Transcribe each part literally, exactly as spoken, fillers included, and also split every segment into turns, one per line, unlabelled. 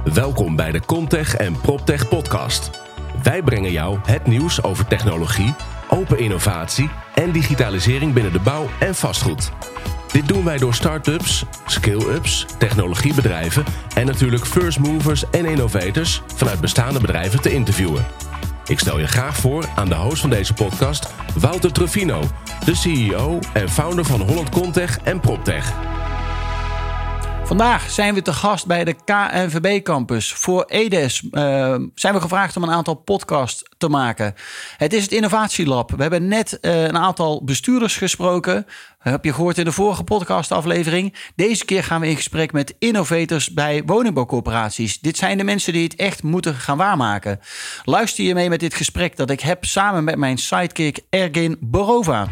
Welkom bij de Comtech en PropTech podcast. Wij brengen jou het nieuws over technologie, open innovatie en digitalisering binnen de bouw en vastgoed. Dit doen wij door start-ups, scale-ups, technologiebedrijven en natuurlijk first movers en innovators vanuit bestaande bedrijven te interviewen. Ik stel je graag voor aan de host van deze podcast, Wouter Truffino, de C E O en founder van Holland Comtech en PropTech.
Vandaag zijn we te gast bij de K N V B Campus. Voor E D E S uh, zijn we gevraagd om een aantal podcasts te maken. Het is het Innovatielab. We hebben net uh, een aantal bestuurders gesproken. Heb je gehoord in de vorige podcastaflevering. Deze keer gaan we in gesprek met innovators bij woningbouwcorporaties. Dit zijn de mensen die het echt moeten gaan waarmaken. Luister je mee met dit gesprek dat ik heb samen met mijn sidekick Ergin Borova.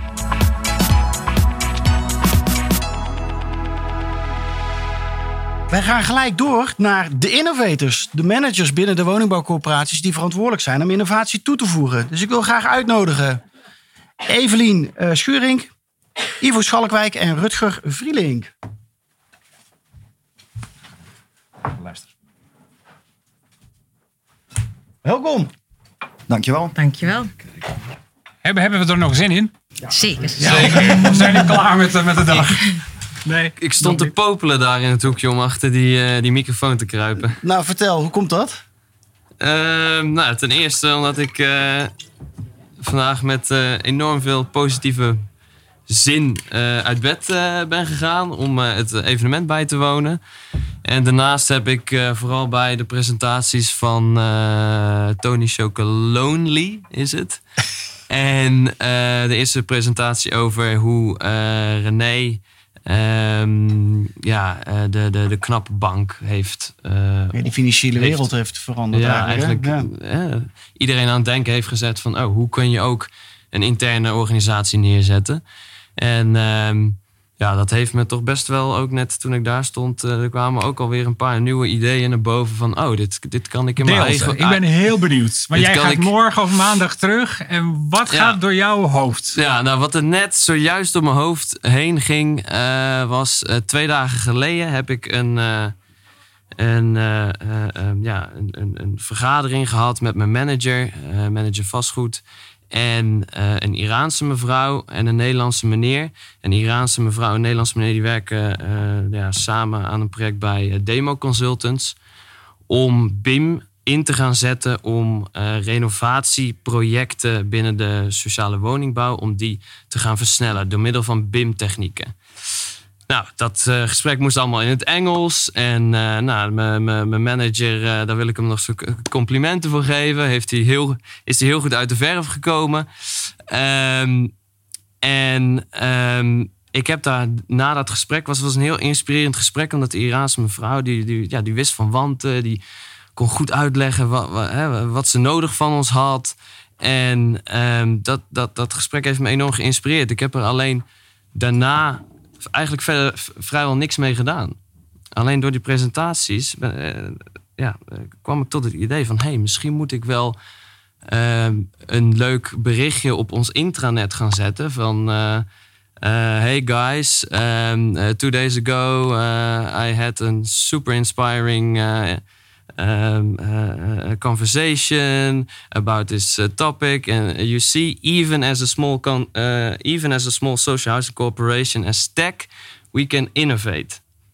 Wij gaan gelijk door naar de innovators. De managers binnen de woningbouwcorporaties die verantwoordelijk zijn om innovatie toe te voegen. Dus ik wil graag uitnodigen Evelien uh, Schuring, Ivo Schalkwijk en Rutger Vrielink. Luister. Welkom.
Dankjewel.
Dankjewel.
Hebben, hebben we er nog zin in?
Ja. Zeker.
Zeker. We zijn niet klaar met, met de dag. Nee,
ik stond te popelen daar in het hoekje om achter die, uh, die microfoon te kruipen.
Nou, vertel, hoe komt dat?
Uh, nou, ten eerste omdat ik uh, vandaag met uh, enorm veel positieve zin uh, uit bed uh, ben gegaan om uh, het evenement bij te wonen. En daarnaast heb ik uh, vooral bij de presentaties van uh, Tony Chocolonely, is het. En uh, de eerste presentatie over hoe uh, René... Um, ja, de, de, de knappe bank heeft... Uh,
ja, die financiële heeft, wereld heeft veranderd
ja,
eigenlijk.
eigenlijk ja. uh, iedereen aan het denken heeft gezet van... oh, hoe kun je ook een interne organisatie neerzetten? En um, ja, dat heeft me toch best wel ook net toen ik daar stond... Uh, er kwamen ook alweer een paar nieuwe ideeën naar boven van... oh, dit, dit kan ik in mijn
Deels,
eigen...
Ik ben heel benieuwd. Maar jij gaat
ik...
morgen of maandag terug. En wat
ja.
gaat door jouw hoofd?
Ja, nou wat er net zojuist door mijn hoofd heen ging... Uh, was uh, twee dagen geleden heb ik een... Uh, Een, uh, uh, uh, ja, een, een, een vergadering gehad met mijn manager, uh, manager vastgoed. En uh, een Iraanse mevrouw en een Nederlandse meneer. Een Iraanse mevrouw en een Nederlandse meneer die werken uh, ja, samen aan een project bij uh, Demo Consultants. Om B I M in te gaan zetten om uh, renovatieprojecten binnen de sociale woningbouw... om die te gaan versnellen door middel van B I M-technieken. Nou, dat uh, gesprek moest allemaal in het Engels. En uh, nou, mijn manager, uh, daar wil ik hem nog zo complimenten voor geven. Heeft hij heel, is hij heel goed uit de verf gekomen. Um, en um, ik heb daar na dat gesprek... was, was een heel inspirerend gesprek... omdat de Iraanse mevrouw, die, die, ja, die wist van wanten... die kon goed uitleggen wat, wat, hè, wat ze nodig van ons had. En um, dat, dat, dat gesprek heeft me enorm geïnspireerd. Ik heb er alleen daarna... eigenlijk verder vrijwel niks mee gedaan. Alleen door die presentaties uh, ja, uh, kwam ik tot het idee van... hé, hey, misschien moet ik wel uh, een leuk berichtje op ons intranet gaan zetten... van, uh, uh, hey guys, um, uh, two days ago uh, I had a super inspiring... Uh, Um, uh, a conversation about this uh, topic, and you see, even as a small, con- uh, even as a small social housing corporation as Tech, we can innovate.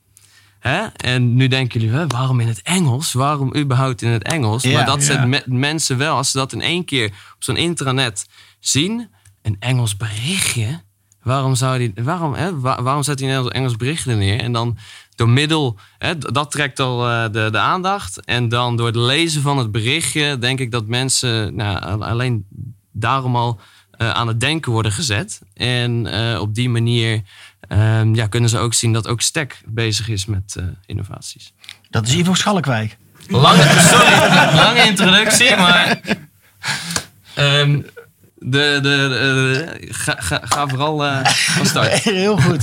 Hè? En nu denken jullie, hè, waarom in het Engels? Waarom überhaupt in het Engels? Ja, maar dat ja. zetten me- mensen wel, als ze dat in één keer op zo'n intranet zien, een Engels berichtje. Waarom zou die? Waarom? Hè? Waar, waarom zet hij een Engels berichtje er neer? En dan door middel, hè, dat trekt al uh, de, de aandacht. En dan door het lezen van het berichtje... denk ik dat mensen nou, alleen daarom al uh, aan het denken worden gezet. En uh, op die manier um, ja, kunnen ze ook zien dat ook Stek bezig is met uh, innovaties.
Dat is Ivo Schalkwijk.
Lange, sorry, lange introductie, maar... Um, De, de, de, ga, ga, ga vooral uh, van start.
Heel goed.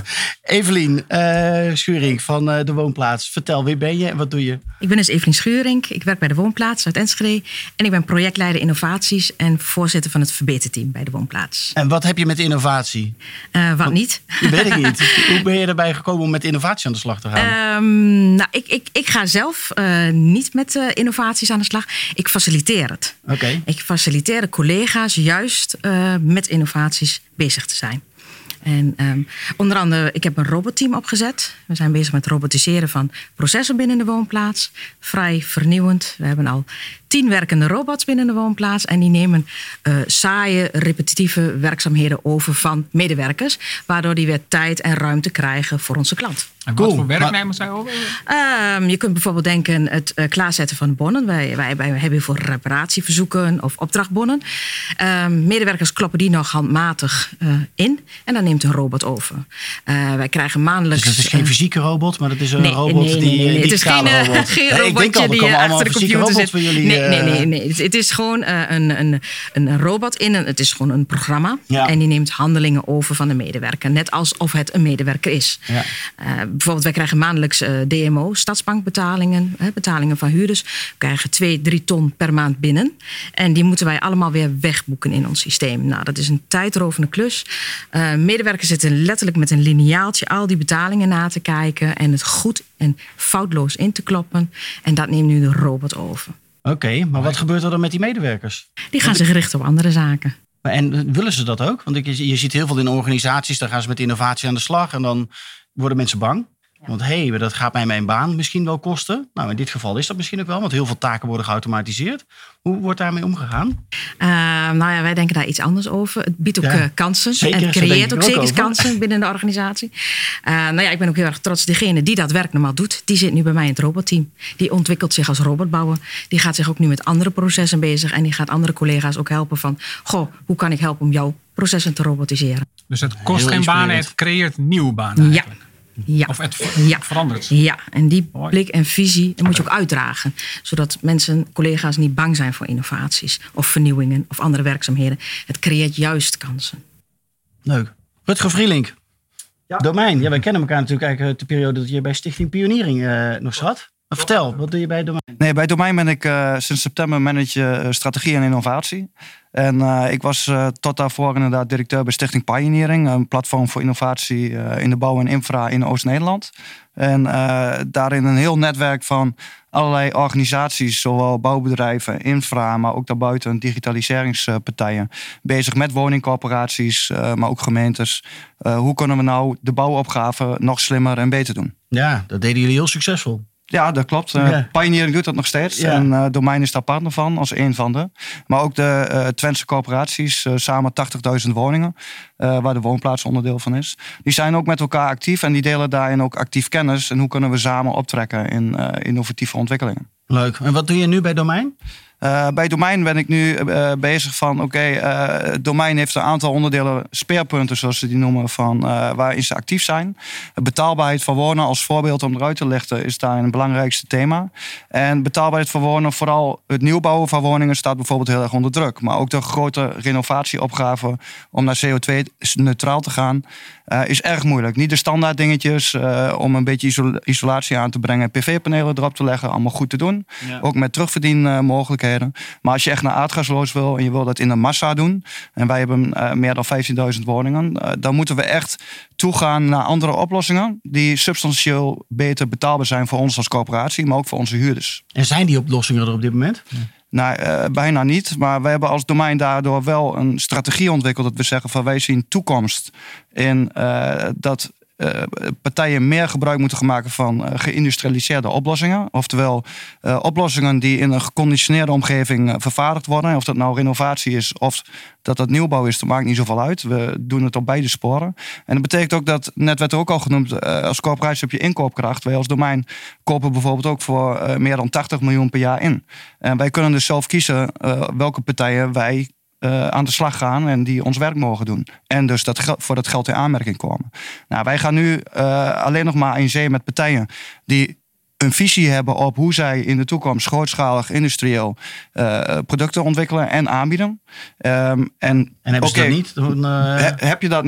Evelien uh, Schuring van uh, De Woonplaats. Vertel, wie ben je en wat doe je?
Ik ben dus Evelien Schuring. Ik werk bij De Woonplaats uit Enschede. En ik ben projectleider innovaties en voorzitter van het verbeterteam bij De Woonplaats.
En wat heb je met innovatie?
Uh, wat, wat niet?
Dat weet ik niet. Hoe ben je erbij gekomen om met innovatie aan de slag te gaan?
Um, nou, ik, ik, ik ga zelf uh, niet met uh, innovaties aan de slag. Ik faciliteer het.
Okay.
Ik faciliteer de collega's juist uh, met innovaties bezig te zijn. En um, onder andere, ik heb een robotteam opgezet. We zijn bezig met het robotiseren van processen binnen de woonplaats. Vrij vernieuwend. We hebben al tien werkende robots binnen de woonplaats. En die nemen uh, saaie, repetitieve werkzaamheden over van medewerkers. Waardoor die weer tijd en ruimte krijgen voor onze klant.
En wat cool. voor werknemers zijn over?
Um, je kunt bijvoorbeeld denken het uh, klaarzetten van bonnen. Wij, wij, wij hebben hiervoor reparatieverzoeken of opdrachtbonnen. Um, medewerkers kloppen die nog handmatig uh, in. En dan neemt een robot over. Uh, wij krijgen maandelijks...
Dus dat is geen fysieke robot, maar dat is een
nee,
robot
nee, nee,
die...
nee, nee. Het is geen, uh,
robot.
geen
nee,
robotje
al,
die uh, achter de computer zit.
Jullie,
nee, nee, nee, nee. Het, het is gewoon uh, een, een, een robot in. Een, het is gewoon een programma. Ja. En die neemt handelingen over van de medewerker. Net alsof het een medewerker is. Ja. Uh, bijvoorbeeld, wij krijgen maandelijks uh, D M O, stadsbankbetalingen, hè, betalingen van huurders. We krijgen twee, drie ton per maand binnen. En die moeten wij allemaal weer wegboeken in ons systeem. Nou, dat is een tijdrovende klus. Uh, medewerkers zitten letterlijk met een lineaaltje al die betalingen na te kijken en het goed en foutloos in te kloppen. En dat neemt nu de robot over.
Oké, okay, maar wat gebeurt er dan met die medewerkers?
Die gaan zich richten op andere zaken.
En willen ze dat ook? Want je ziet heel veel in organisaties, daar gaan ze met innovatie aan de slag en dan worden mensen bang. Want hé, hey, dat gaat mij mijn baan misschien wel kosten. Nou, in dit geval is dat misschien ook wel, want heel veel taken worden geautomatiseerd. Hoe wordt daarmee omgegaan?
Uh, nou ja, wij denken daar iets anders over. Het biedt ook ja, uh, kansen.
Zeker,
en het creëert ook zeker
over.
kansen binnen de organisatie. Uh, nou ja, ik ben ook heel erg trots. Degene die dat werk normaal doet, die zit nu bij mij in het robotteam. Die ontwikkelt zich als robotbouwer. Die gaat zich ook nu met andere processen bezig. En die gaat andere collega's ook helpen van... Goh, hoe kan ik helpen om jouw processen te robotiseren?
Dus het kost heel geen banen, het creëert nieuwe banen eigenlijk.
Ja. Ja.
Of het ver- ja. verandert.
Ja, en die blik en visie moet je ook uitdragen. Zodat mensen, collega's niet bang zijn voor innovaties of vernieuwingen of andere werkzaamheden. Het creëert juist kansen.
Leuk. Rutger Vrielink. Ja. Domein. Ja, wij kennen elkaar natuurlijk eigenlijk de periode dat je bij Stichting Pioniering uh, nog zat. Maar vertel, wat doe je bij Domein?
Nee, bij Domein ben ik uh, sinds september manager uh, strategie en innovatie. En uh, ik was uh, tot daarvoor inderdaad directeur bij Stichting Pioneering. Een platform voor innovatie uh, in de bouw en infra in Oost-Nederland. En uh, daarin een heel netwerk van allerlei organisaties, zowel bouwbedrijven, infra, maar ook daarbuiten digitaliseringspartijen. Bezig met woningcorporaties, uh, maar ook gemeentes. Uh, hoe kunnen we nou de bouwopgave nog slimmer en beter doen?
Ja, dat deden jullie heel succesvol.
Ja, dat klopt. Uh, ja. Pioneering doet dat nog steeds. Ja. En uh, Domein is daar partner van, als een van de. Maar ook de uh, Twentse corporaties, uh, samen tachtigduizend woningen, uh, waar de woonplaats onderdeel van is. Die zijn ook met elkaar actief en die delen daarin ook actief kennis. En hoe kunnen we samen optrekken in uh, innovatieve ontwikkelingen.
Leuk. En wat doe je nu bij Domein?
Uh, bij Domein ben ik nu uh, bezig van, oké, okay, uh, Domein heeft een aantal onderdelen, speerpunten zoals ze die noemen, van uh, waarin ze actief zijn. Betaalbaarheid van wonen als voorbeeld om eruit te lichten is daar een belangrijkste thema. En betaalbaarheid van wonen, vooral het nieuwbouwen van woningen staat bijvoorbeeld heel erg onder druk. Maar ook de grote renovatieopgave om naar C O twee neutraal te gaan uh, is erg moeilijk. Niet de standaard dingetjes uh, om een beetje isol- isolatie aan te brengen, P V-panelen erop te leggen, allemaal goed te doen. Ja. Ook met terugverdienmogelijkheden. Maar als je echt naar aardgasloos wil en je wil dat in de massa doen, en wij hebben uh, meer dan vijftienduizend woningen, uh, dan moeten we echt toegaan naar andere oplossingen die substantieel beter betaalbaar zijn voor ons als corporatie, maar ook voor onze huurders.
En zijn die oplossingen er op dit moment? Ja.
Nou, uh, bijna niet. Maar we hebben als Domein daardoor wel een strategie ontwikkeld dat we zeggen van wij zien toekomst in uh, dat Uh, partijen meer gebruik moeten gaan maken van uh, geïndustrialiseerde oplossingen. Oftewel uh, oplossingen die in een geconditioneerde omgeving uh, vervaardigd worden. Of dat nou renovatie is of dat dat nieuwbouw is, dat maakt niet zoveel uit. We doen het op beide sporen. En dat betekent ook dat, net werd er ook al genoemd, uh, als corporatie heb je inkoopkracht. Wij als Domein kopen bijvoorbeeld ook voor uh, meer dan tachtig miljoen per jaar in. En wij kunnen dus zelf kiezen uh, welke partijen wij Uh, aan de slag gaan en die ons werk mogen doen. En dus dat gel- voor dat geld in aanmerking komen. Nou, wij gaan nu uh, alleen nog maar in zee met partijen die een visie hebben op hoe zij in de toekomst grootschalig industrieel uh, producten ontwikkelen en aanbieden. Um, en
en hebben
okay,
ze dat niet? Dan, uh...
he, heb je dat niet?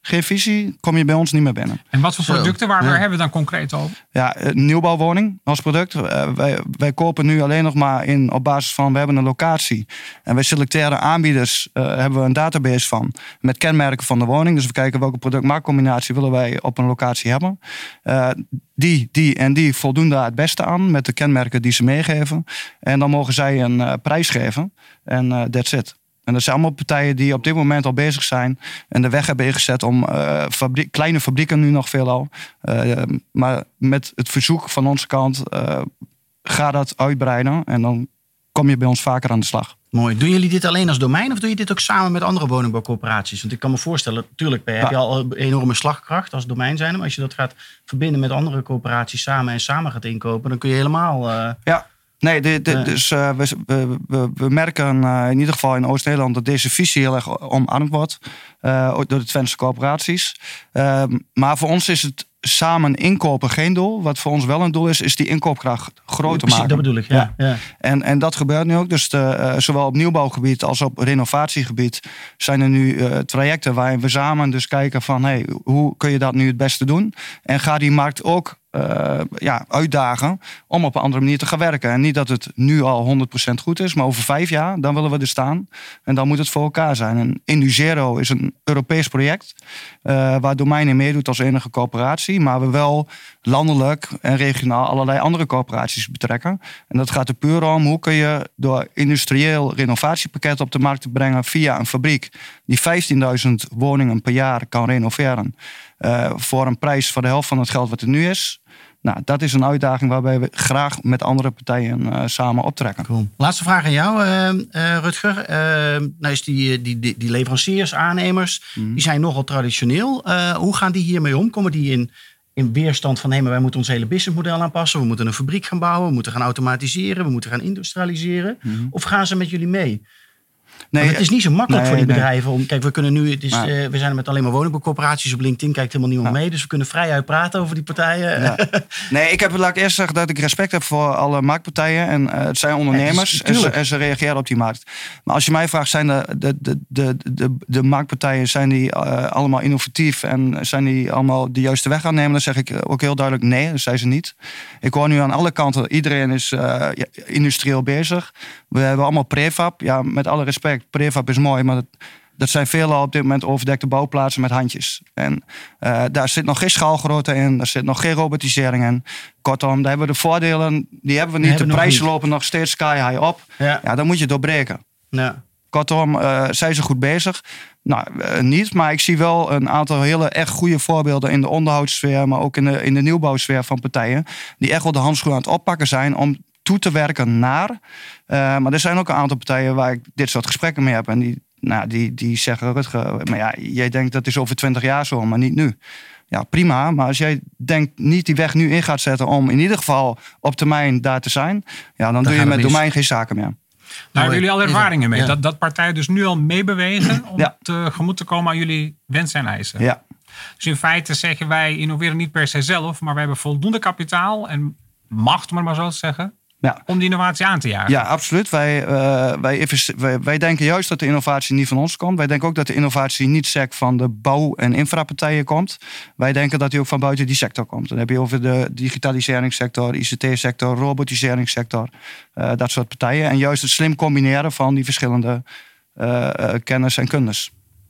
geen visie, kom je bij ons niet meer binnen.
En wat voor
Zo.
producten, waar,
Ja.
waar hebben we dan concreet over?
Ja, een nieuwbouwwoning als product. Uh, wij, wij kopen nu alleen nog maar in op basis van, we hebben een locatie. En wij selecteren aanbieders, uh, hebben we een database van. Met kenmerken van de woning. Dus we kijken welke product-marktcombinatie willen wij op een locatie hebben. Uh, die, die en die voldoen daar het beste aan. Met de kenmerken die ze meegeven. En dan mogen zij een uh, prijs geven. En uh, that's it. En dat zijn allemaal partijen die op dit moment al bezig zijn en de weg hebben ingezet om uh, fabrie- kleine fabrieken nu nog veelal. Uh, maar met het verzoek van onze kant, uh, ga dat uitbreiden en dan kom je bij ons vaker aan de slag.
Mooi. Doen jullie dit alleen als domein of doe je dit ook samen met andere woningbouwcorporaties? Want ik kan me voorstellen, natuurlijk heb je al een enorme slagkracht als domein zijn. Maar als je dat gaat verbinden met andere corporaties samen en samen gaat inkopen, dan kun je helemaal... Uh...
Ja. Nee, de, de,
Ja.
dus uh, we, we, we, we merken uh, in ieder geval in Oost-Nederland dat deze visie heel erg omarmd wordt uh, door de Twentse corporaties. Uh, maar voor ons is het samen inkopen geen doel. Wat voor ons wel een doel is, is die inkoopkracht groter
Precies,
maken.
dat bedoel ik, ja. ja.
En, en dat gebeurt nu ook. Dus de, uh, zowel op nieuwbouwgebied als op renovatiegebied zijn er nu uh, trajecten waarin we samen dus kijken van hey, hoe kun je dat nu het beste doen? En ga die markt ook Uh, ja, uitdagen om op een andere manier te gaan werken. En niet dat het nu al honderd procent goed is, maar over vijf jaar, dan willen we er staan. En dan moet het voor elkaar zijn. En Induzero is een Europees project uh, waar Domein in meedoet als enige coöperatie, maar we wel landelijk en regionaal allerlei andere coöperaties betrekken. En dat gaat er puur om hoe kun je door industrieel renovatiepakket op de markt te brengen via een fabriek die vijftienduizend woningen per jaar kan renoveren. Uh, voor een prijs voor de helft van het geld wat er nu is. Nou, dat is een uitdaging waarbij we graag met andere partijen uh, samen optrekken.
Cool. Laatste vraag aan jou, uh, uh, Rutger. Uh, nou is die, die, die, die leveranciers, aannemers, mm. die zijn nogal traditioneel. Uh, hoe gaan die hiermee om? Komen die in, in weerstand van, hé, maar wij moeten ons hele businessmodel aanpassen. We moeten een fabriek gaan bouwen. We moeten gaan automatiseren. We moeten gaan industrialiseren. Mm. Of gaan ze met jullie mee? Nee, het is niet zo makkelijk nee, voor die bedrijven. Nee. Om, kijk, we kunnen nu, het is, ja. uh, we zijn er met alleen maar woningbouwcorporaties. Op LinkedIn kijkt helemaal niemand ja. mee. Dus we kunnen vrij uit praten over die partijen. Ja.
Nee, ik heb, laat ik eerst zeggen dat ik respect heb voor alle marktpartijen. En uh, het zijn ondernemers ja, het is, en, ze, en ze reageren op die markt. Maar als je mij vraagt, zijn de, de, de, de, de, de marktpartijen zijn die uh, allemaal innovatief en zijn die allemaal de juiste weg gaan nemen? Dan zeg ik ook heel duidelijk nee, dat zijn ze niet. Ik hoor nu aan alle kanten, iedereen is uh, industrieel bezig. We hebben allemaal prefab. Ja, met alle respect, prefab is mooi, maar dat, dat zijn veelal op dit moment overdekte bouwplaatsen met handjes. En uh, daar zit nog geen schaalgrootte in, daar zit nog geen robotisering in. Kortom, daar hebben we de voordelen, die hebben we niet. Hebben de prijzen lopen nog steeds sky high op. Ja, ja dan moet je doorbreken. Ja. Kortom, uh, zijn ze goed bezig? Nou, uh, niet, maar ik zie wel een aantal hele echt goede voorbeelden in de onderhoudssfeer, maar ook in de, in de nieuwbouwsfeer van partijen, die echt wel de handschoen aan het oppakken zijn om toe te werken naar. Uh, maar er zijn ook een aantal partijen waar ik dit soort gesprekken mee heb. En die, nou, die, die zeggen, Rutger, maar ja, jij denkt dat is over twintig jaar zo, maar niet nu. Ja, prima. Maar als jij denkt niet die weg nu in gaat zetten om in ieder geval op termijn daar te zijn, ja, dan, dan doe je met mis. Domein geen zaken meer.
Daar hebben jullie al ervaringen mee. Ja. Dat, dat partijen dus nu al meebewegen om ja. tegemoet te komen aan jullie wensen en eisen. Ja. Dus in feite zeggen wij innoveren niet per se zelf, maar we hebben voldoende kapitaal en macht, om het maar zo te zeggen, ja. om die innovatie aan te jagen.
Ja, absoluut. Wij, uh, wij, wij, wij denken juist dat de innovatie niet van ons komt. Wij denken ook dat de innovatie niet sec van de bouw- en infrapartijen komt. Wij denken dat die ook van buiten die sector komt. Dan heb je over de digitaliseringssector, I C T-sector, robotiseringssector, uh, dat soort partijen. En juist het slim combineren van die verschillende uh, uh, kennis en kundes.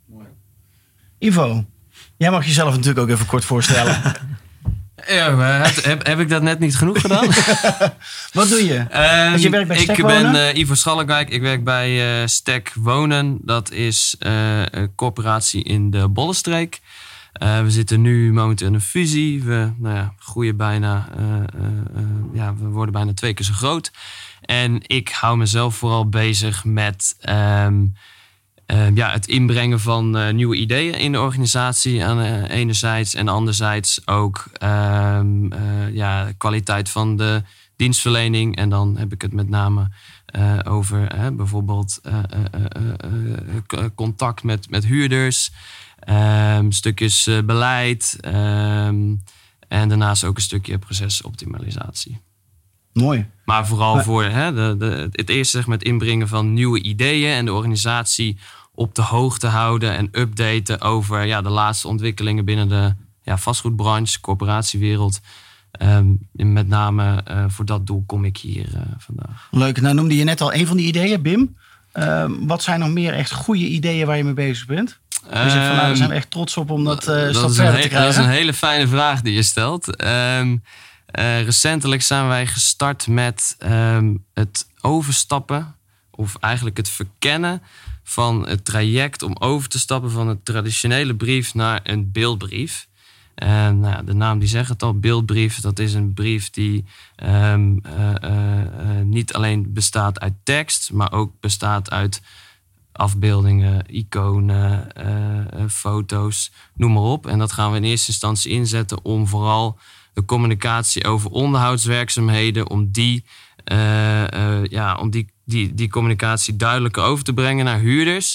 Ivo, jij mag jezelf natuurlijk ook even kort voorstellen.
Ja, heb, heb, heb ik dat net niet genoeg gedaan?
Wat doe je?
Um,
je werkt bij Stek
ik
Wonen?
ben uh, Ivo Schalkwijk. Ik werk bij uh, Stek Wonen. Dat is uh, een corporatie in de Bollenstreek. Uh, we zitten nu momenteel in een fusie. We nou ja, groeien bijna. Uh, uh, uh, ja, we worden bijna twee keer zo groot. En ik hou mezelf vooral bezig met Um, Uh, ja, het inbrengen van uh, nieuwe ideeën in de organisatie aan uh, enerzijds. En anderzijds ook uh, uh, ja, de kwaliteit van de dienstverlening. En dan heb ik het met name uh, over uh, bijvoorbeeld uh, uh, uh, uh, contact met, met huurders. Uh, stukjes uh, beleid. Uh, en daarnaast ook een stukje procesoptimalisatie.
Mooi.
Maar vooral maar, voor hè, de, de, het eerste zeg maar, het inbrengen van nieuwe ideeën en de organisatie op de hoogte houden en updaten over ja, de laatste ontwikkelingen binnen de ja, vastgoedbranche, corporatiewereld. Um, met name uh, voor dat doel kom ik hier uh, vandaag.
Leuk. Nou noemde je net al een van die ideeën, Bim. Uh, wat zijn nog meer echt goede ideeën waar je mee bezig bent? Je zegt van, nou, daar zijn we echt trots op om dat, uh, dat stap verder te krijgen.
Dat is een hele fijne vraag die je stelt. Um, uh, recentelijk zijn wij gestart met um, het overstappen, of eigenlijk het verkennen van het traject om over te stappen van een traditionele brief naar een beeldbrief. En nou, de naam die zegt het al, beeldbrief, dat is een brief die um, uh, uh, uh, niet alleen bestaat uit tekst, maar ook bestaat uit afbeeldingen, iconen, uh, uh, foto's, noem maar op. En dat gaan we in eerste instantie inzetten om vooral de communicatie over onderhoudswerkzaamheden, om die, uh, uh, ja, om die, die, die communicatie duidelijker over te brengen naar huurders.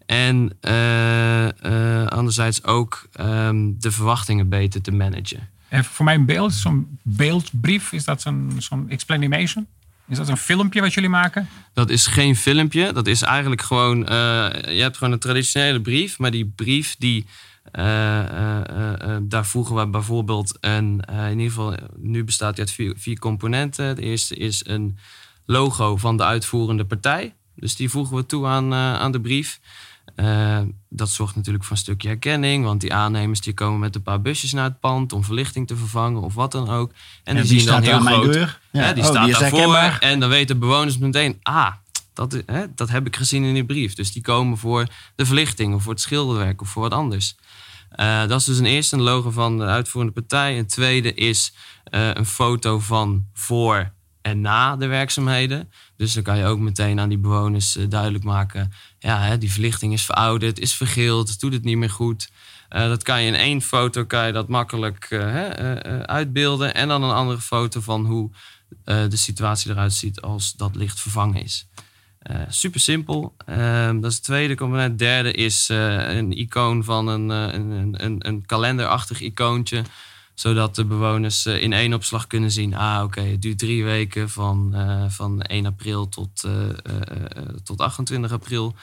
En uh, uh, anderzijds ook um, de verwachtingen beter te managen.
En voor mij een beeld, zo'n beeldbrief, is dat zo'n, zo'n explanation? Is dat een filmpje wat jullie maken?
Dat is geen filmpje. Dat is eigenlijk gewoon, uh, je hebt gewoon een traditionele brief. Maar die brief, die, uh, uh, uh, daar voegen we bijvoorbeeld een, uh, in ieder geval, nu bestaat die uit vier, vier componenten. De eerste is een logo van de uitvoerende partij. Dus die voegen we toe aan, uh, aan de brief. Uh, dat zorgt natuurlijk voor een stukje herkenning. Want die aannemers die komen met een paar busjes naar het pand om verlichting te vervangen of wat dan ook. En, en die, die zien dan heel groot. Deur. Ja. Hè, die oh, staat die daarvoor. En dan weten bewoners meteen, ah, dat, hè, dat heb ik gezien in die brief. Dus die komen voor de verlichting of voor het schilderwerk of voor wat anders. Uh, dat is dus een eerste, een logo van de uitvoerende partij. Een tweede is uh, een foto van voor en na de werkzaamheden. Dus dan kan je ook meteen aan die bewoners uh, duidelijk maken, ja, hè, die verlichting is verouderd, is vergeeld, doet het niet meer goed. Uh, dat kan je in één foto kan je dat makkelijk uh, uh, uh, uitbeelden. En dan een andere foto van hoe uh, de situatie eruit ziet als dat licht vervangen is. Uh, super simpel. Uh, dat is het tweede component. Het derde is uh, een icoon van een, uh, een, een, een kalenderachtig icoontje, zodat de bewoners in één opslag kunnen zien, ah oké, okay, het duurt drie weken van, uh, van één april tot, uh, uh, uh, tot achtentwintig april.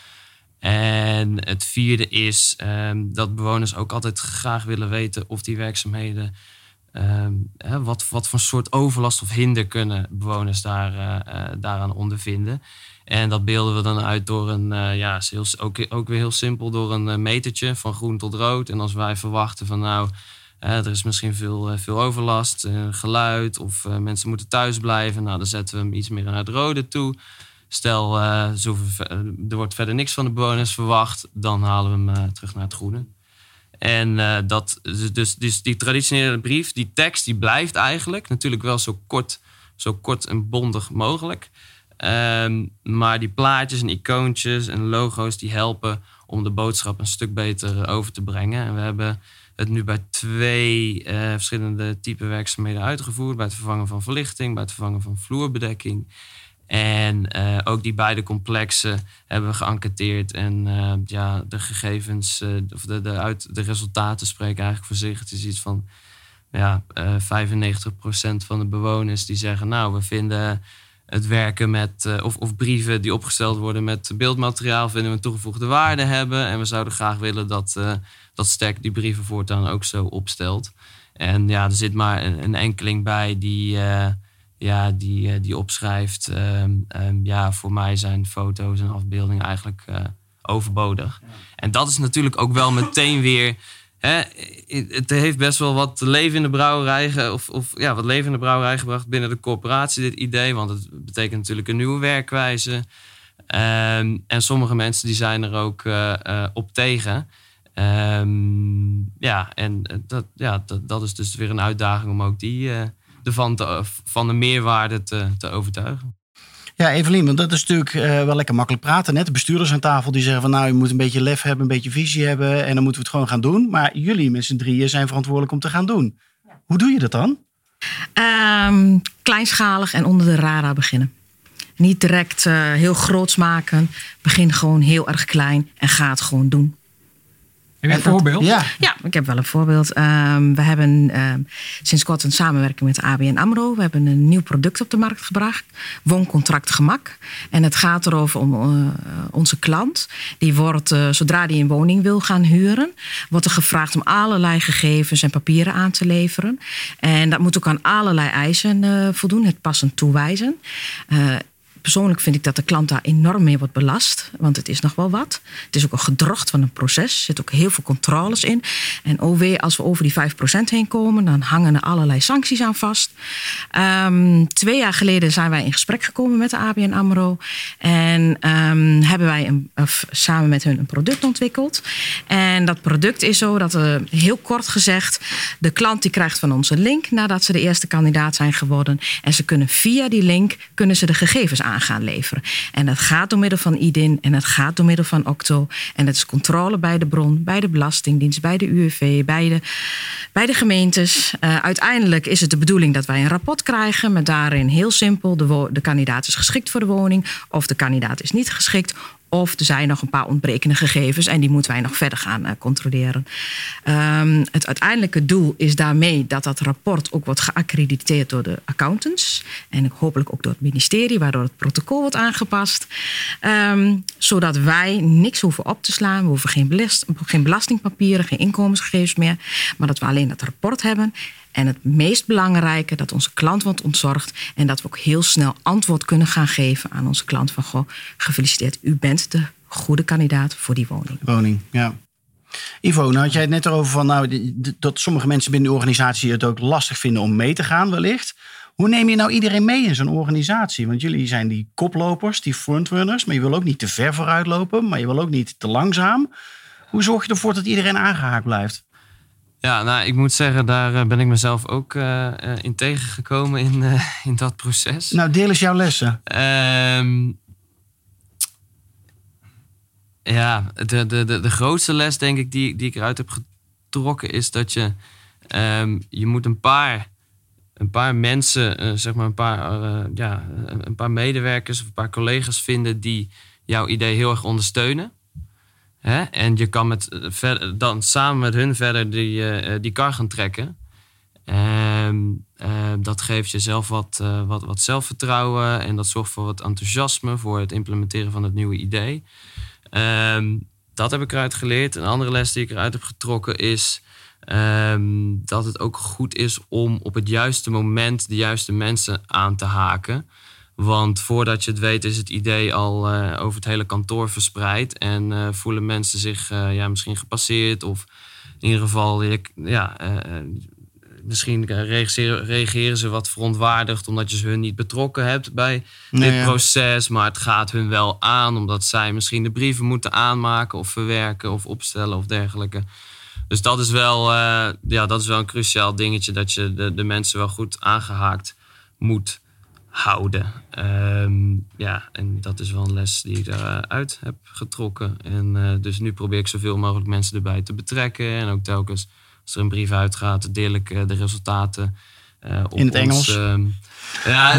En het vierde is um, dat bewoners ook altijd graag willen weten of die werkzaamheden, um, hè, wat, wat voor soort overlast of hinder kunnen bewoners daar, uh, uh, daaraan ondervinden. En dat beelden we dan uit door een, uh, ja, is heel, ook, ook weer heel simpel, door een uh, metertje van groen tot rood. En als wij verwachten van nou, Uh, er is misschien veel, uh, veel overlast, uh, geluid of uh, mensen moeten thuis blijven. Nou, dan zetten we hem iets meer naar het rode toe. Stel, uh, er wordt verder niks van de bewoners verwacht, dan halen we hem uh, terug naar het groene. En uh, dat, dus, dus die traditionele brief, die tekst, die blijft eigenlijk natuurlijk wel zo kort, zo kort en bondig mogelijk. Um, maar die plaatjes en icoontjes en logo's, die helpen om de boodschap een stuk beter over te brengen. En we hebben het nu bij twee uh, verschillende typen werkzaamheden uitgevoerd. Bij het vervangen van verlichting, bij het vervangen van vloerbedekking. En uh, ook die beide complexen hebben we geënquêteerd. En uh, ja, de gegevens, uh, of de, de, uit, de resultaten spreken eigenlijk voor zich. Het is iets van ja, uh, vijfennegentig procent van de bewoners die zeggen, nou, we vinden het werken met, uh, of, of brieven die opgesteld worden met beeldmateriaal, vinden we een toegevoegde waarde hebben. En we zouden graag willen dat, uh, dat Stack die brieven voortaan ook zo opstelt. En ja, er zit maar een, een enkeling bij die, uh, ja, die, uh, die opschrijft, um, um, ja, voor mij zijn foto's en afbeeldingen eigenlijk uh, overbodig. Ja. En dat is natuurlijk ook wel meteen weer, hè, het heeft best wel wat leven in de brouwerij, of, of ja, wat leven in de brouwerij gebracht binnen de corporatie, dit idee. Want het betekent natuurlijk een nieuwe werkwijze. Um, en sommige mensen die zijn er ook uh, uh, op tegen. Um, ja, en dat, ja, dat, dat is dus weer een uitdaging om ook die uh, ervan te, van de meerwaarde te, te overtuigen.
Ja, Evelien, want dat is natuurlijk uh, wel lekker makkelijk praten. Net de bestuurders aan tafel die zeggen van nou, je moet een beetje lef hebben, een beetje visie hebben en dan moeten we het gewoon gaan doen. Maar jullie met z'n drieën zijn verantwoordelijk om te gaan doen. Hoe doe je dat dan?
Um, kleinschalig en onder de radar beginnen. Niet direct uh, heel groots maken. Begin gewoon heel erg klein en ga het gewoon doen.
Heb je een voorbeeld?
Ja. ja, ik heb wel een voorbeeld. Um, we hebben um, sinds kort een samenwerking met de A B N AMRO. We hebben een nieuw product op de markt gebracht. Wooncontract Gemak. En het gaat erover om uh, onze klant. Die wordt, uh, zodra die een woning wil gaan huren, wordt er gevraagd om allerlei gegevens en papieren aan te leveren. En dat moet ook aan allerlei eisen uh, voldoen. Het passend toewijzen. Uh, Persoonlijk vind ik dat de klant daar enorm mee wordt belast. Want het is nog wel wat. Het is ook een gedrocht van een proces. Er zitten ook heel veel controles in. En oh wee, als we over die vijf procent heen komen, dan hangen er allerlei sancties aan vast. Um, twee jaar geleden zijn wij in gesprek gekomen met de A B N AMRO. En um, hebben wij een, of, samen met hun een product ontwikkeld. En dat product is zo dat, uh, heel kort gezegd, de klant die krijgt van ons een link nadat ze de eerste kandidaat zijn geworden. En ze kunnen via die link kunnen ze de gegevens aan gaan leveren. En dat gaat door middel van I D I N en dat gaat door middel van Octo. En dat is controle bij de bron, bij de Belastingdienst, bij de U W V, bij de, bij de gemeentes. Uh, uiteindelijk is het de bedoeling dat wij een rapport krijgen met daarin heel simpel, de, wo- de kandidaat is geschikt voor de woning of de kandidaat is niet geschikt. Of er zijn nog een paar ontbrekende gegevens en die moeten wij nog verder gaan uh, controleren. Um, het uiteindelijke doel is daarmee dat dat rapport ook wordt geaccrediteerd door de accountants. En hopelijk ook door het ministerie, waardoor het protocol wordt aangepast. Um, zodat wij niks hoeven op te slaan. We hoeven geen, belast- geen belastingpapieren, geen inkomensgegevens meer. Maar dat we alleen dat rapport hebben. En het meest belangrijke, dat onze klant wordt ontzorgd. En dat we ook heel snel antwoord kunnen gaan geven aan onze klant. Van goh, gefeliciteerd, u bent de goede kandidaat voor die woning.
Woning, ja. Ivo, nou had jij het net erover van nou, dat sommige mensen binnen de organisatie het ook lastig vinden om mee te gaan wellicht. Hoe neem je nou iedereen mee in zo'n organisatie? Want jullie zijn die koplopers, die frontrunners. Maar je wil ook niet te ver vooruit lopen. Maar je wil ook niet te langzaam. Hoe zorg je ervoor dat iedereen aangehaakt blijft?
Ja, nou, ik moet zeggen, daar ben ik mezelf ook uh, in tegengekomen in, uh, in dat proces.
Nou, deel eens jouw lessen.
Um, ja, de, de, de, de grootste les, denk ik, die, die ik eruit heb getrokken, is dat je, um, je moet een paar, een paar mensen, uh, zeg maar een paar, uh, ja, een paar medewerkers of een paar collega's vinden die jouw idee heel erg ondersteunen. Hè? En je kan met, verder, dan samen met hun verder die, uh, die kar gaan trekken. Um, uh, dat geeft jezelf wat, uh, wat, wat zelfvertrouwen. En dat zorgt voor wat enthousiasme voor het implementeren van het nieuwe idee. Um, dat heb ik eruit geleerd. Een andere les die ik eruit heb getrokken is um, dat het ook goed is om op het juiste moment de juiste mensen aan te haken. Want voordat je het weet is het idee al uh, over het hele kantoor verspreid. En uh, voelen mensen zich uh, ja, misschien gepasseerd. Of in ieder geval, ja, uh, misschien reageren, reageren ze wat verontwaardigd. Omdat je ze hun niet betrokken hebt bij nee, dit ja. proces. Maar het gaat hun wel aan. Omdat zij misschien de brieven moeten aanmaken of verwerken of opstellen of dergelijke. Dus dat is wel, uh, ja, dat is wel een cruciaal dingetje. Dat je de, de mensen wel goed aangehaakt moet houden. Um, ja, en dat is wel een les die ik daaruit heb getrokken. En uh, dus nu probeer ik zoveel mogelijk mensen erbij te betrekken. En ook telkens als er een brief uitgaat, deel ik uh, de resultaten uh, op
in het
ons,
Engels.
Um, ja,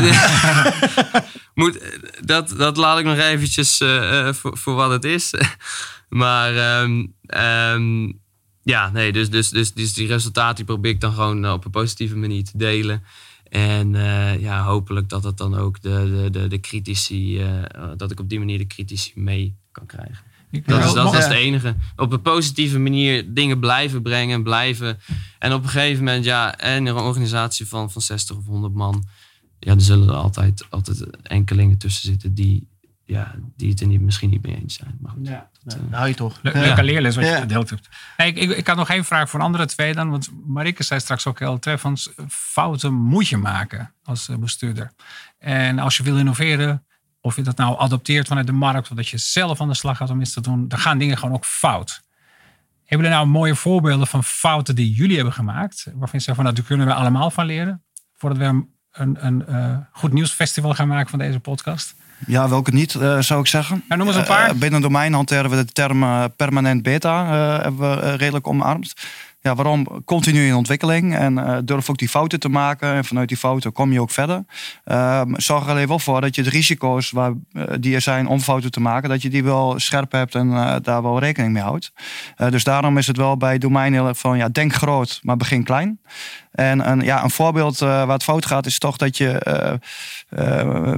moet, dat, dat laat ik nog eventjes uh, voor, voor wat het is. maar um, um, ja, nee, dus, dus, dus, dus die resultaten die probeer ik dan gewoon op een positieve manier te delen. En uh, ja, hopelijk dat het dan ook de, de, de, de critici, uh, dat ik op die manier de critici mee kan krijgen. Dat is, dat is het enige. Op een positieve manier dingen blijven brengen, blijven. En op een gegeven moment, ja, en een organisatie van, van zestig of honderd man, ja, er zullen er altijd, altijd enkelingen tussen zitten die, ja, die het er niet, misschien niet mee eens zijn. Maar goed. Ja.
Dat uh, hou je toch.
Le- leuke ja. leerles wat je ja. gedeeld hebt. Hey, ik, ik, ik had nog één vraag voor een andere twee dan. Want Marieke zei straks ook heel treffend. Fouten moet je maken als bestuurder. En als je wil innoveren, of je dat nou adopteert vanuit de markt, of dat je zelf aan de slag gaat om iets te doen, dan gaan dingen gewoon ook fout. Hebben jullie nou mooie voorbeelden van fouten die jullie hebben gemaakt? Waarvan je zegt van, nou, daar kunnen we allemaal van leren. Voordat we een, een, een uh, goed nieuwsfestival gaan maken van deze podcast.
Ja, welke niet, uh, zou ik zeggen.
Ja, noem eens een paar.
Uh, binnen het domein hanteren we de term uh, permanent beta. Uh, hebben we uh, redelijk omarmd. Ja, waarom? Continu in ontwikkeling en uh, durf ook die fouten te maken. En vanuit die fouten kom je ook verder. Uh, zorg er alleen wel voor dat je de risico's waar, uh, die er zijn om fouten te maken, dat je die wel scherp hebt en uh, daar wel rekening mee houdt. Uh, dus daarom is het wel bij Domein heel erg van, ja, denk groot, maar begin klein. En een, ja, een voorbeeld uh, waar het fout gaat is toch dat je uh, uh,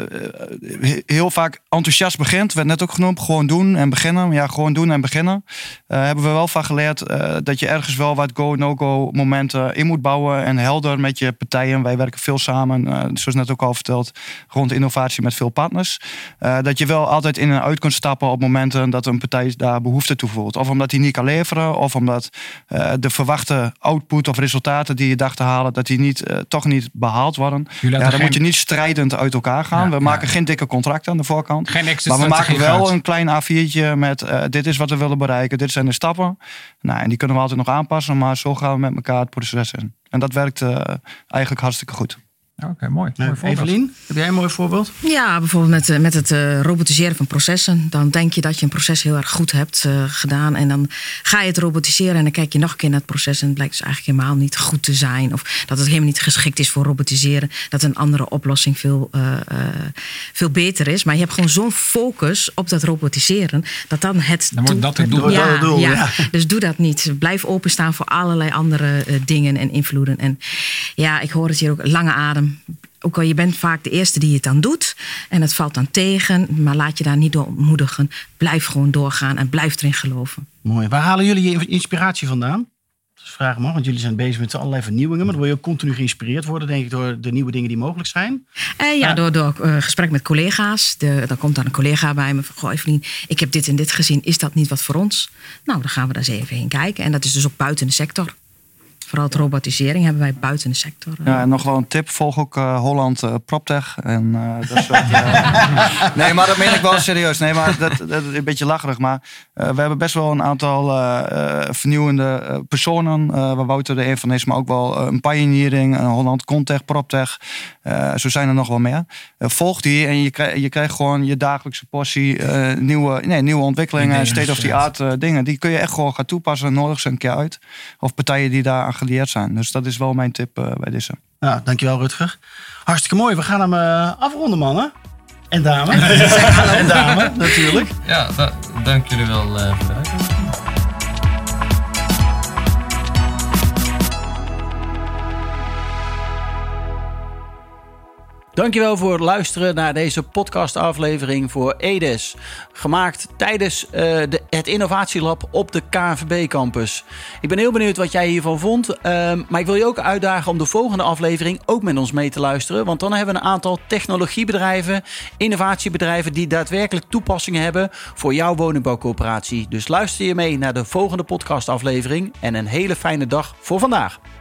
uh, heel vaak enthousiast begint. Werd net ook genoemd, gewoon doen en beginnen. Ja, gewoon doen en beginnen. Uh, hebben we wel van geleerd uh, dat je ergens wel wat go, no-go momenten in moet bouwen. En helder met je partijen. Wij werken veel samen, uh, zoals net ook al verteld, rond innovatie met veel partners. Uh, dat je wel altijd in en uit kunt stappen op momenten dat een partij daar behoefte toe voelt. Of omdat hij niet kan leveren, of omdat uh, de verwachte output of resultaten die je dacht te halen, dat die niet, uh, toch niet behaald worden. Ja, dan geen... moet je niet strijdend uit elkaar gaan. Ja, we maken ja. geen dikke contracten aan de voorkant.
Geen
maar we maken wel gaat. een klein A viertje met uh, dit is wat we willen bereiken. Dit zijn de stappen. Nou, en die kunnen we altijd nog aanpassen, maar zo gaan we met elkaar het proces in. En dat werkt uh, eigenlijk hartstikke goed.
Oké, okay, mooi. mooi
uh, Evelien, heb jij een mooi voorbeeld?
Ja, bijvoorbeeld met, met het uh, robotiseren van processen. Dan denk je dat je een proces heel erg goed hebt uh, gedaan. En dan ga je het robotiseren en dan kijk je nog een keer naar het proces. En het blijkt dus eigenlijk helemaal niet goed te zijn. Of dat het helemaal niet geschikt is voor robotiseren. Dat een andere oplossing veel, uh, uh, veel beter is. Maar je hebt gewoon zo'n focus op dat robotiseren. Dat dan het
dan wordt dat het doel.
Ja,
het doel,
ja.
ja.
Dus doe dat niet. Blijf openstaan voor allerlei andere uh, dingen en invloeden. En ja, ik hoor het hier ook, lange adem. Ook al je bent vaak de eerste die het dan doet. En het valt dan tegen. Maar laat je daar niet door ontmoedigen. Blijf gewoon doorgaan en blijf erin geloven.
Mooi. Waar halen jullie je inspiratie vandaan? Dat is vraag maar. Want jullie zijn bezig met allerlei vernieuwingen. Maar dan wil je ook continu geïnspireerd worden, denk ik, door de nieuwe dingen die mogelijk zijn.
Uh, ja, uh, door, door uh, gesprek met collega's. De, dan komt dan een collega bij me van, goh Evelien, ik heb dit en dit gezien. Is dat niet wat voor ons? Nou, dan gaan we daar eens even heen kijken. En dat is dus ook buiten de sector. Vooral het robotisering hebben wij buiten de sector.
Ja, en nog wel een tip. Volg ook uh, Holland uh, PropTech. En, uh, dat soort, uh... nee, maar dat meen ik wel serieus. Nee, maar dat, dat is een beetje lacherig. Maar uh, we hebben best wel een aantal uh, uh, vernieuwende uh, personen. Uh, waar Wouter er een van is. Maar ook wel uh, een pioneering. Een Holland Contech, PropTech. Uh, zo zijn er nog wel meer. Uh, volg die en je, krijg, je krijgt gewoon je dagelijkse portie uh, nieuwe, nee, nieuwe ontwikkelingen. State-of-the-art uh, dingen. Die kun je echt gewoon gaan toepassen. Nodig ze een keer uit. Of partijen die daar aan geleerd zijn. Dus dat is wel mijn tip uh, bij deze.
Nou, dankjewel Rutger. Hartstikke mooi. We gaan hem uh, afronden, mannen. En dame. en dame, natuurlijk.
Ja, da- dank jullie wel uh, voor de uitnodiging.
Dankjewel voor het luisteren naar deze podcastaflevering voor E D E S. Gemaakt tijdens uh, de, het Innovatielab op de K N V B-campus. Ik ben heel benieuwd wat jij hiervan vond. Uh, maar ik wil je ook uitdagen om de volgende aflevering ook met ons mee te luisteren. Want dan hebben we een aantal technologiebedrijven, innovatiebedrijven die daadwerkelijk toepassingen hebben voor jouw woningbouwcoöperatie. Dus luister je mee naar de volgende podcastaflevering en een hele fijne dag voor vandaag.